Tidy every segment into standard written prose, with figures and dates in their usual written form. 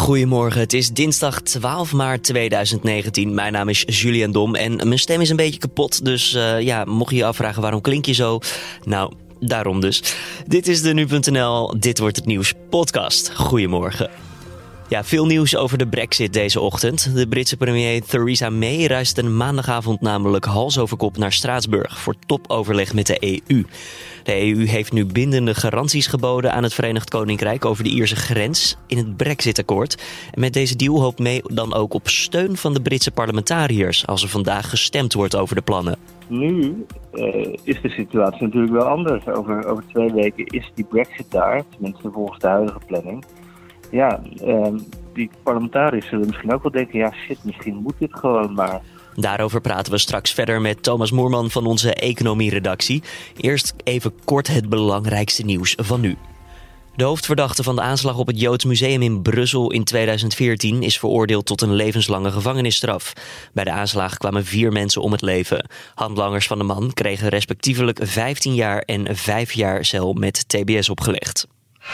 Goedemorgen, het is dinsdag 12 maart 2019. Mijn naam is Julian Dom en mijn stem is een beetje kapot. Dus mocht je je afvragen waarom klink je zo? Nou, daarom dus. Dit is de Nu.nl Dit Wordt Het Nieuws podcast. Goedemorgen. Ja, veel nieuws over de Brexit deze ochtend. De Britse premier Theresa May reist een maandagavond namelijk hals over kop naar Straatsburg voor topoverleg met de EU. De EU heeft nu bindende garanties geboden aan het Verenigd Koninkrijk over de Ierse grens in het Brexit-akkoord. En met deze deal hoopt May dan ook op steun van de Britse parlementariërs als er vandaag gestemd wordt over de plannen. Nu is de situatie natuurlijk wel anders. Over 2 weken is die Brexit daar, tenminste volgens de huidige planning. Ja, die parlementariërs zullen misschien ook wel denken, misschien moet dit gewoon maar. Daarover praten we straks verder met Thomas Moerman van onze economie-redactie. Eerst even kort het belangrijkste nieuws van nu. De hoofdverdachte van de aanslag op het Joods Museum in Brussel in 2014 is veroordeeld tot een levenslange gevangenisstraf. Bij de aanslagen kwamen 4 mensen om het leven. Handlangers van de man kregen respectievelijk 15 jaar en 5 jaar cel met TBS opgelegd.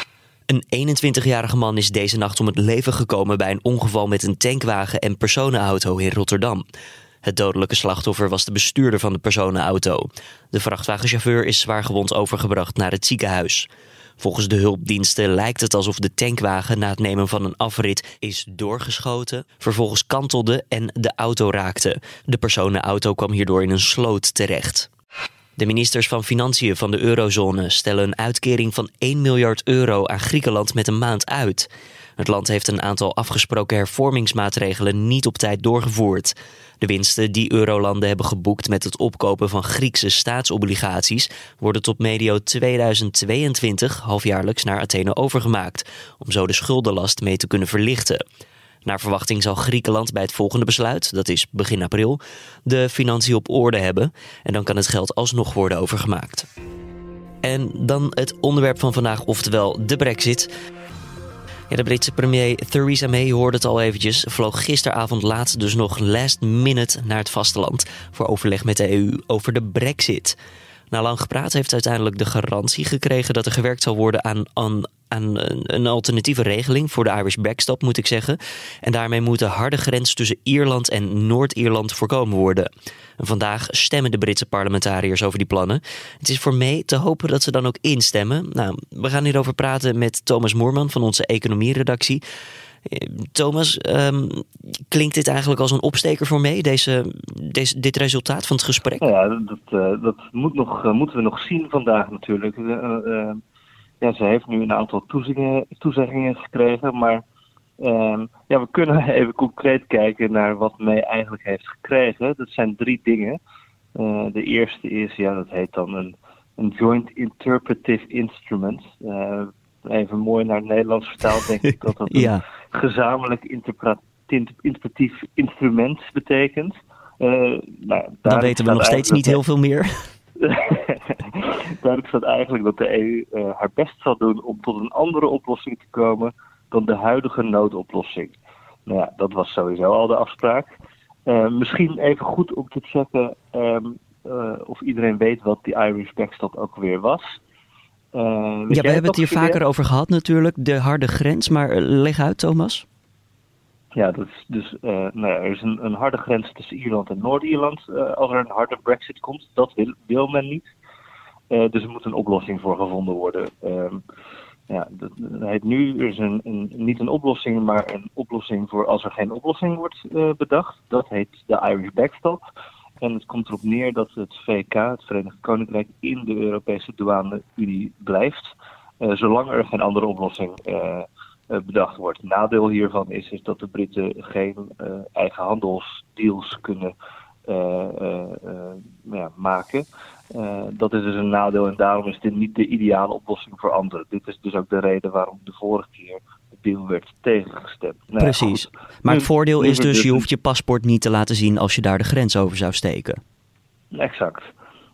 Een 21-jarige man is deze nacht om het leven gekomen bij een ongeval met een tankwagen en personenauto in Rotterdam. Het dodelijke slachtoffer was de bestuurder van de personenauto. De vrachtwagenchauffeur is zwaargewond overgebracht naar het ziekenhuis. Volgens de hulpdiensten lijkt het alsof de tankwagen na het nemen van een afrit is doorgeschoten, vervolgens kantelde en de auto raakte. De personenauto kwam hierdoor in een sloot terecht. De ministers van Financiën van de eurozone stellen een uitkering van 1 miljard euro aan Griekenland met een maand uit. Het land heeft een aantal afgesproken hervormingsmaatregelen niet op tijd doorgevoerd. De winsten die eurolanden hebben geboekt met het opkopen van Griekse staatsobligaties worden tot medio 2022 halfjaarlijks naar Athene overgemaakt, om zo de schuldenlast mee te kunnen verlichten. Naar verwachting zal Griekenland bij het volgende besluit, dat is begin april, de financiën op orde hebben en dan kan het geld alsnog worden overgemaakt. En dan het onderwerp van vandaag, oftewel de Brexit. Ja, de Britse premier Theresa May, hoorde het al eventjes, vloog gisteravond laat dus nog last minute naar het vasteland voor overleg met de EU over de Brexit. Na lang gepraat heeft uiteindelijk de garantie gekregen dat er gewerkt zal worden aan een alternatieve regeling voor de Irish backstop, moet ik zeggen. En daarmee moet de harde grens tussen Ierland en Noord-Ierland voorkomen worden. En vandaag stemmen de Britse parlementariërs over die plannen. Het is voor May te hopen dat ze dan ook instemmen. Nou, we gaan hierover praten met Thomas Moerman van onze economie-redactie. Thomas, klinkt dit eigenlijk als een opsteker voor May, dit resultaat van het gesprek? Ja, dat moeten we nog zien vandaag natuurlijk. Ze heeft nu een aantal toezeggingen gekregen, maar we kunnen even concreet kijken naar wat May eigenlijk heeft gekregen. Dat zijn 3 dingen. De eerste is, dat heet dan een Joint Interpretive Instrument. Even mooi naar het Nederlands vertaald, denk ik dat een gezamenlijk interpretief instrument betekent. Dan weten we nog steeds niet heel veel meer. Duidelijk staat eigenlijk dat de EU haar best zal doen om tot een andere oplossing te komen dan de huidige noodoplossing. Nou ja, dat was sowieso al de afspraak. Misschien even goed om te checken of iedereen weet wat die Irish backstop ook weer was. We hebben het hier vaker over gehad natuurlijk, de harde grens, maar leg uit, Thomas. Ja, dat is dus, er is een harde grens tussen Ierland en Noord-Ierland als er een harde Brexit komt. Dat wil men niet. Dus er moet een oplossing voor gevonden worden. Dat heet nu, er is niet een oplossing, maar een oplossing voor als er geen oplossing wordt bedacht. Dat heet de Irish backstop. En het komt erop neer dat het VK, het Verenigd Koninkrijk, in de Europese douane-unie blijft. Zolang er geen andere oplossing bedacht wordt. Het nadeel hiervan is dat de Britten geen eigen handelsdeals kunnen maken. Dat is dus een nadeel en daarom is dit niet de ideale oplossing voor anderen. Dit is dus ook de reden waarom de vorige keer de deal werd tegengestemd. Precies. Maar het voordeel is dus, je hoeft je paspoort niet te laten zien als je daar de grens over zou steken. Exact.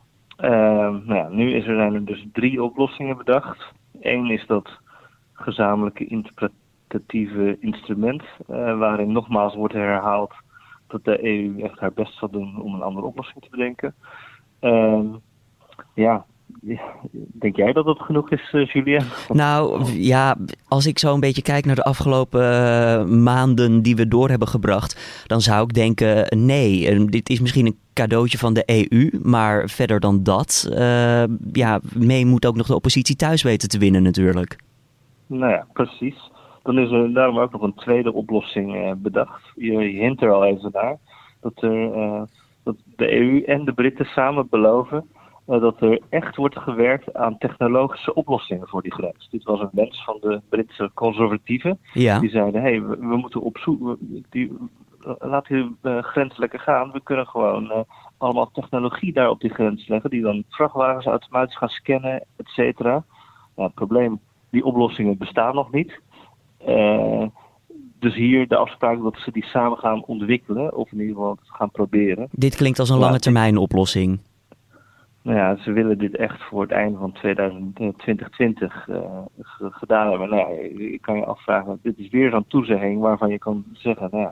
Nu zijn er dus 3 oplossingen bedacht. 1 is dat gezamenlijke interpretatieve instrument, waarin nogmaals wordt herhaald dat de EU echt haar best zal doen om een andere oplossing te bedenken. Denk jij dat dat genoeg is, Julien? Nou ja, als ik zo een beetje kijk naar de afgelopen maanden die we door hebben gebracht, dan zou ik denken, nee, dit is misschien een cadeautje van de EU, maar verder dan dat, May moet ook nog de oppositie thuis weten te winnen natuurlijk. Nou ja, precies. Dan is er daarom ook nog een tweede oplossing bedacht. Je hint er al even naar. Dat de EU en de Britten samen beloven dat er echt wordt gewerkt aan technologische oplossingen voor die grens. Dit was een wens van de Britse conservatieven. Ja. Die zeiden, we moeten op zoek... laat die grens lekker gaan. We kunnen gewoon allemaal technologie daar op die grens leggen, die dan vrachtwagens automatisch gaan scannen, et cetera. Het probleem, die oplossingen bestaan nog niet. Dus hier de afspraak dat ze die samen gaan ontwikkelen, of in ieder geval gaan proberen. Dit klinkt als een lange termijn oplossing. Nou ja, ze willen dit echt voor het einde van 2020 gedaan hebben. Nou ja, ik kan je afvragen, dit is weer zo'n toezegging waarvan je kan zeggen,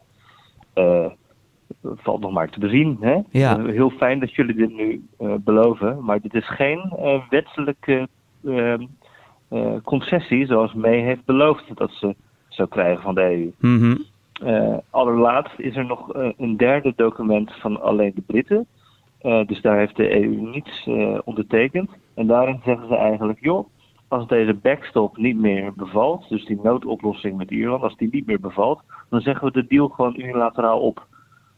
valt nog maar te bezien. Hè? Ja. Heel fijn dat jullie dit nu beloven, maar dit is geen wettelijke concessie zoals May heeft beloofd dat ze zou krijgen van de EU. Mm-hmm. Allerlaatst is er nog een derde document van alleen de Britten. Dus daar heeft de EU niets ondertekend. En daarin zeggen ze eigenlijk, joh, als deze backstop niet meer bevalt, dus die noodoplossing met Ierland, als die niet meer bevalt, dan zeggen we de deal gewoon unilateraal op.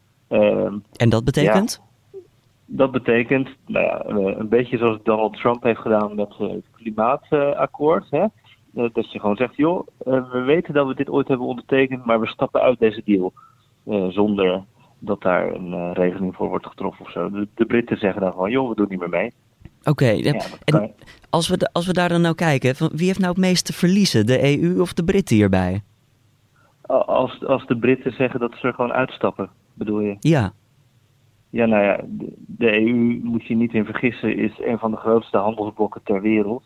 En dat betekent? Ja, dat betekent, een beetje zoals Donald Trump heeft gedaan met het klimaatakkoord. Hè? Dat je gewoon zegt, joh, we weten dat we dit ooit hebben ondertekend, maar we stappen uit deze deal. Zonder dat daar een regeling voor wordt getroffen of zo. De Britten zeggen dan gewoon, joh, we doen niet meer mee. Oké, en als we daar dan nou kijken, wie heeft nou het meest te verliezen? De EU of de Britten hierbij? Als de Britten zeggen dat ze er gewoon uitstappen, bedoel je? Ja. Ja, nou ja, de EU, moet je niet in vergissen, is een van de grootste handelsblokken ter wereld.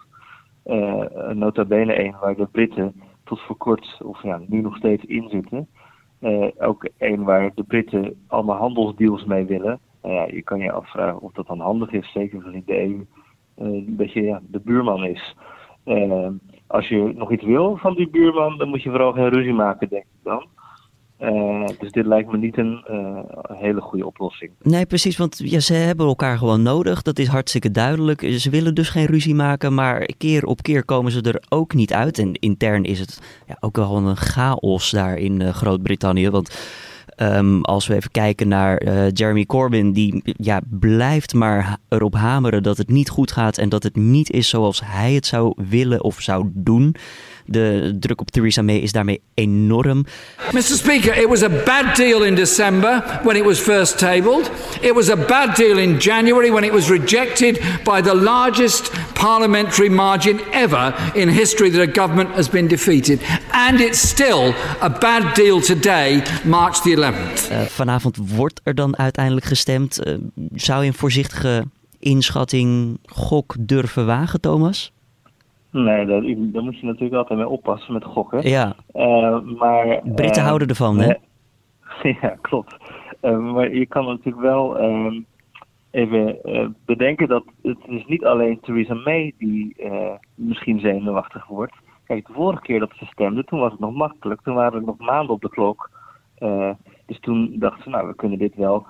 Nota bene een waar de Britten tot voor kort, of nu nog steeds in zitten. Ook een waar de Britten allemaal handelsdeals mee willen. Je kan je afvragen of dat dan handig is, zeker gezien de EU een beetje de buurman is. Als je nog iets wil van die buurman, dan moet je vooral geen ruzie maken, denk ik dan. Dus dit lijkt me niet een hele goede oplossing. Nee, precies, want ze hebben elkaar gewoon nodig. Dat is hartstikke duidelijk. Ze willen dus geen ruzie maken, maar keer op keer komen ze er ook niet uit. En intern is het ook wel een chaos daar in Groot-Brittannië. Want als we even kijken naar Jeremy Corbyn, die blijft maar erop hameren dat het niet goed gaat en dat het niet is zoals hij het zou willen of zou doen. De druk op Theresa May is daarmee enorm. Mr. Speaker, it was a bad deal in December when it was first tabled. It was a bad deal in January when it was rejected by the largest parliamentary margin ever in history that a government has been defeated. And it's still a bad deal today, March the 11th. Vanavond wordt er dan uiteindelijk gestemd. Zou je een voorzichtige inschatting, gok durven wagen, Thomas? Nee, daar moet je natuurlijk altijd mee oppassen met gokken. Ja, maar Britten houden ervan, hè? Ja, klopt. Maar je kan natuurlijk wel even bedenken dat het is niet alleen Theresa May die misschien zenuwachtig wordt. Kijk, de vorige keer dat ze stemde, toen was het nog makkelijk. Toen waren er nog maanden op de klok. Dus toen dachten ze, we kunnen dit wel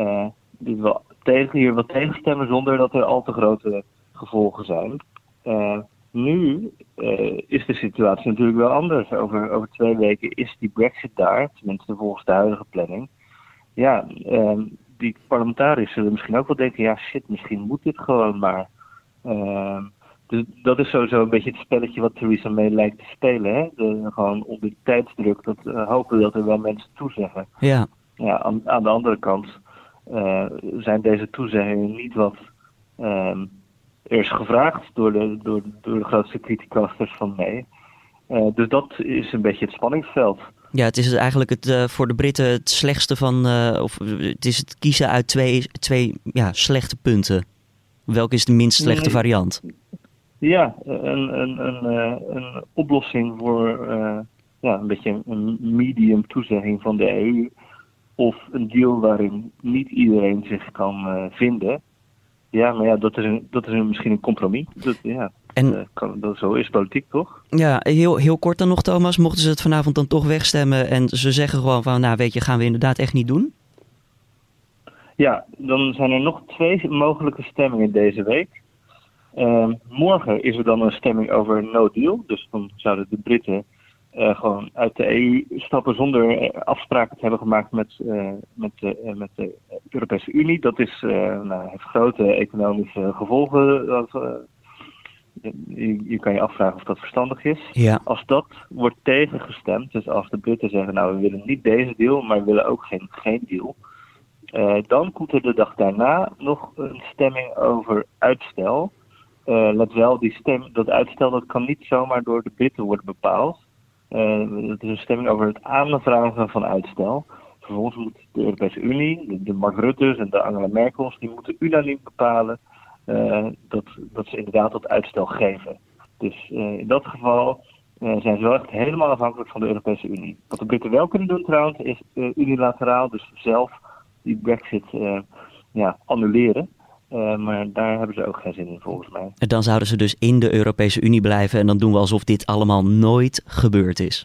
hier wat tegenstemmen zonder dat er al te grote gevolgen zijn. Nu is de situatie natuurlijk wel anders. Over 2 weken is die Brexit daar, tenminste volgens de huidige planning. Ja, die parlementariërs zullen misschien ook wel denken, misschien moet dit gewoon maar. Dus dat is sowieso een beetje het spelletje wat Theresa May lijkt te spelen. Hè? Gewoon onder de tijdsdruk, hopen dat er wel mensen toezeggen. Ja. Ja, aan de andere kant zijn deze toezeggingen niet wat er is gevraagd door de grootste criticasters van May. Dus dat is een beetje het spanningsveld. Ja, het is eigenlijk voor de Britten het slechtste van, of het is het kiezen uit twee slechte punten. Welke is de minst slechte variant? Ja, een oplossing voor een beetje een medium toezegging van de EU. Of een deal waarin niet iedereen zich kan vinden. Ja, maar ja, dat is misschien een compromis. Zo is politiek, toch? Ja, heel kort dan nog, Thomas. Mochten ze het vanavond dan toch wegstemmen en ze zeggen gewoon van, nou weet je, gaan we inderdaad echt niet doen? Ja, dan zijn er nog 2 mogelijke stemmingen deze week. Morgen is er dan een stemming over no deal. Dus dan zouden de Britten gewoon uit de EU stappen zonder afspraken te hebben gemaakt met de Europese Unie. Dat heeft grote economische gevolgen. Je kan je afvragen of dat verstandig is. Ja. Als dat wordt tegengestemd, dus als de Britten zeggen, nou we willen niet deze deal, maar we willen ook geen deal. Dan komt er de dag daarna nog een stemming over uitstel. Let wel, dat uitstel dat kan niet zomaar door de Britten worden bepaald. Het is een stemming over het aanvragen van uitstel. Vervolgens moet de Europese Unie, de Mark Rutte's en de Angela Merkel's, die moeten unaniem bepalen dat ze inderdaad dat uitstel geven. Dus in dat geval zijn ze wel echt helemaal afhankelijk van de Europese Unie. Wat de Britten wel kunnen doen trouwens, is unilateraal, dus zelf die Brexit annuleren. Maar daar hebben ze ook geen zin in, volgens mij. En dan zouden ze dus in de Europese Unie blijven en dan doen we alsof dit allemaal nooit gebeurd is.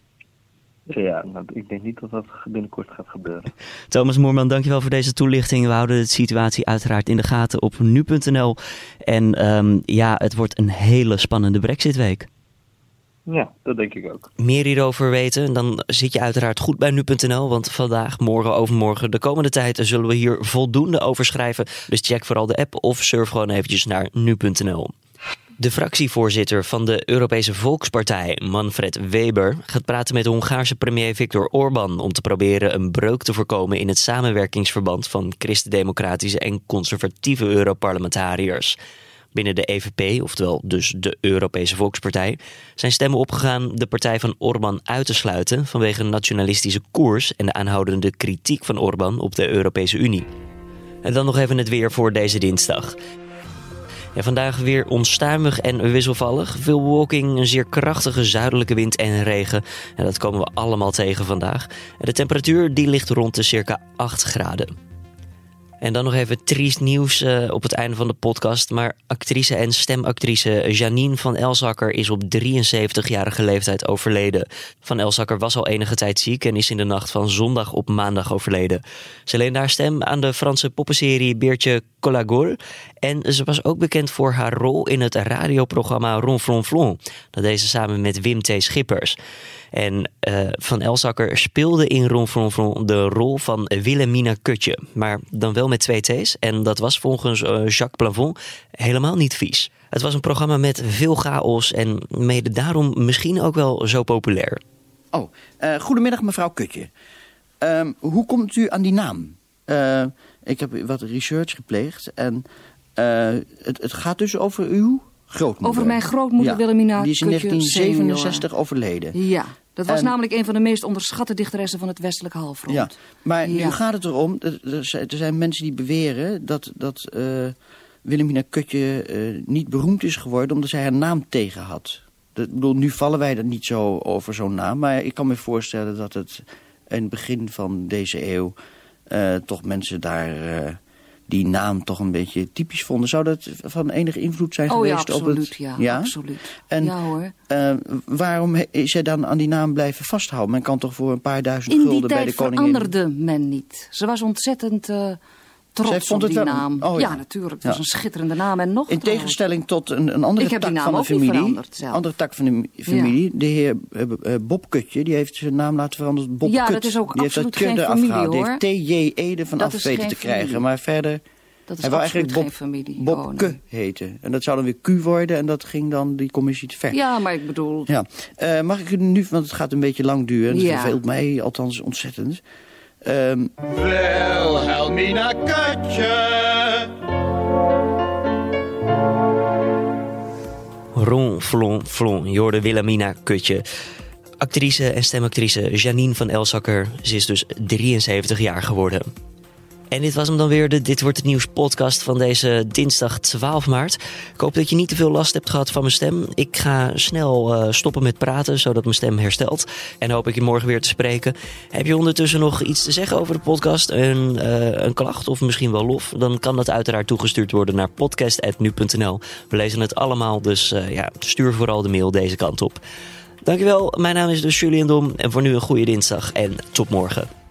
Ja, ik denk niet dat dat binnenkort gaat gebeuren. Thomas Moerman, dankjewel voor deze toelichting. We houden de situatie uiteraard in de gaten op nu.nl. En het wordt een hele spannende Brexitweek. Ja, dat denk ik ook. Meer hierover weten, dan zit je uiteraard goed bij nu.nl. Want vandaag, morgen, overmorgen, de komende tijd zullen we hier voldoende over schrijven. Dus check vooral de app of surf gewoon eventjes naar nu.nl. De fractievoorzitter van de Europese Volkspartij, Manfred Weber, gaat praten met de Hongaarse premier Viktor Orbán om te proberen een breuk te voorkomen in het samenwerkingsverband van christendemocratische en conservatieve Europarlementariërs. Binnen de EVP, oftewel dus de Europese Volkspartij, zijn stemmen opgegaan de partij van Orbán uit te sluiten vanwege een nationalistische koers en de aanhoudende kritiek van Orbán op de Europese Unie. En dan nog even het weer voor deze dinsdag. Ja, vandaag weer onstuimig en wisselvallig. Veel bewolking, een zeer krachtige zuidelijke wind en regen. En dat komen we allemaal tegen vandaag. En de temperatuur die ligt rond de circa 8 graden. En dan nog even triest nieuws op het einde van de podcast. Maar actrice en stemactrice Janine van Elsacker is op 73-jarige leeftijd overleden. Van Elsacker was al enige tijd ziek en is in de nacht van zondag op maandag overleden. Ze leende haar stem aan de Franse poppenserie Beertje Colagol. En ze was ook bekend voor haar rol in het radioprogramma Ronflonflon. Dat deed ze samen met Wim T. Schippers. En Van Elsacker speelde in Ronflonflon de rol van Wilhelmina Kutje. Maar dan wel met 2 T's. En dat was volgens Jacques Plavon helemaal niet vies. Het was een programma met veel chaos en mede daarom misschien ook wel zo populair. Goedemiddag mevrouw Kutje. Hoe komt u aan die naam? Ik heb wat research gepleegd en het gaat dus over uw grootmoeder. Over mijn grootmoeder Wilhelmina Kutje. Die is in 1967 overleden. Ja, dat was namelijk een van de meest onderschatte dichteressen van het westelijk halfrond. Ja, maar nu gaat het erom, er zijn mensen die beweren dat Wilhelmina Kutje niet beroemd is geworden omdat zij haar naam tegen had. Ik bedoel, nu vallen wij er niet zo over zo'n naam, maar ik kan me voorstellen dat het in het begin van deze eeuw toch mensen daar die naam toch een beetje typisch vonden. Zou dat van enige invloed zijn geweest? Absoluut, op het... ja, absoluut. En ja, hoor. Waarom is zij dan aan die naam blijven vasthouden? Men kan toch voor een paar duizend gulden bij de koningin... In die tijd veranderde men niet. Ze was ontzettend trots op die naam. Ja, natuurlijk. Het was een schitterende naam. En nog in tegenstelling tot een andere tak van de familie. Andere tak van de familie. De heer Bob Kutje, die heeft zijn naam laten veranderen tot Bob Kut. Dat is ook die absoluut heeft dat geen familie, afgehaald. hoor. Die heeft T.J. Ede van af weten te krijgen. Maar verder... Dat is hij wil absoluut eigenlijk geen familie. Bob K heten. En dat zou dan weer Q worden en dat ging dan die commissie te ver. Ja, maar ik bedoel... Ja. Mag ik u nu, want het gaat een beetje lang duren. Dat verveelt mij althans ontzettend. Wilhelmina Kutje. Ronflonflon, je hoorde Wilhelmina Kutje. Actrice en stemactrice Janine van Elsacker. Ze is dus 73 jaar geworden. En dit was hem dan weer, de Dit Wordt Het Nieuws podcast van deze dinsdag 12 maart. Ik hoop dat je niet te veel last hebt gehad van mijn stem. Ik ga snel stoppen met praten, zodat mijn stem herstelt. En hoop ik je morgen weer te spreken. Heb je ondertussen nog iets te zeggen over de podcast? Een klacht of misschien wel lof? Dan kan dat uiteraard toegestuurd worden naar podcast@nu.nl. We lezen het allemaal, dus stuur vooral de mail deze kant op. Dankjewel, mijn naam is dus Julian Dom. En voor nu een goede dinsdag en tot morgen.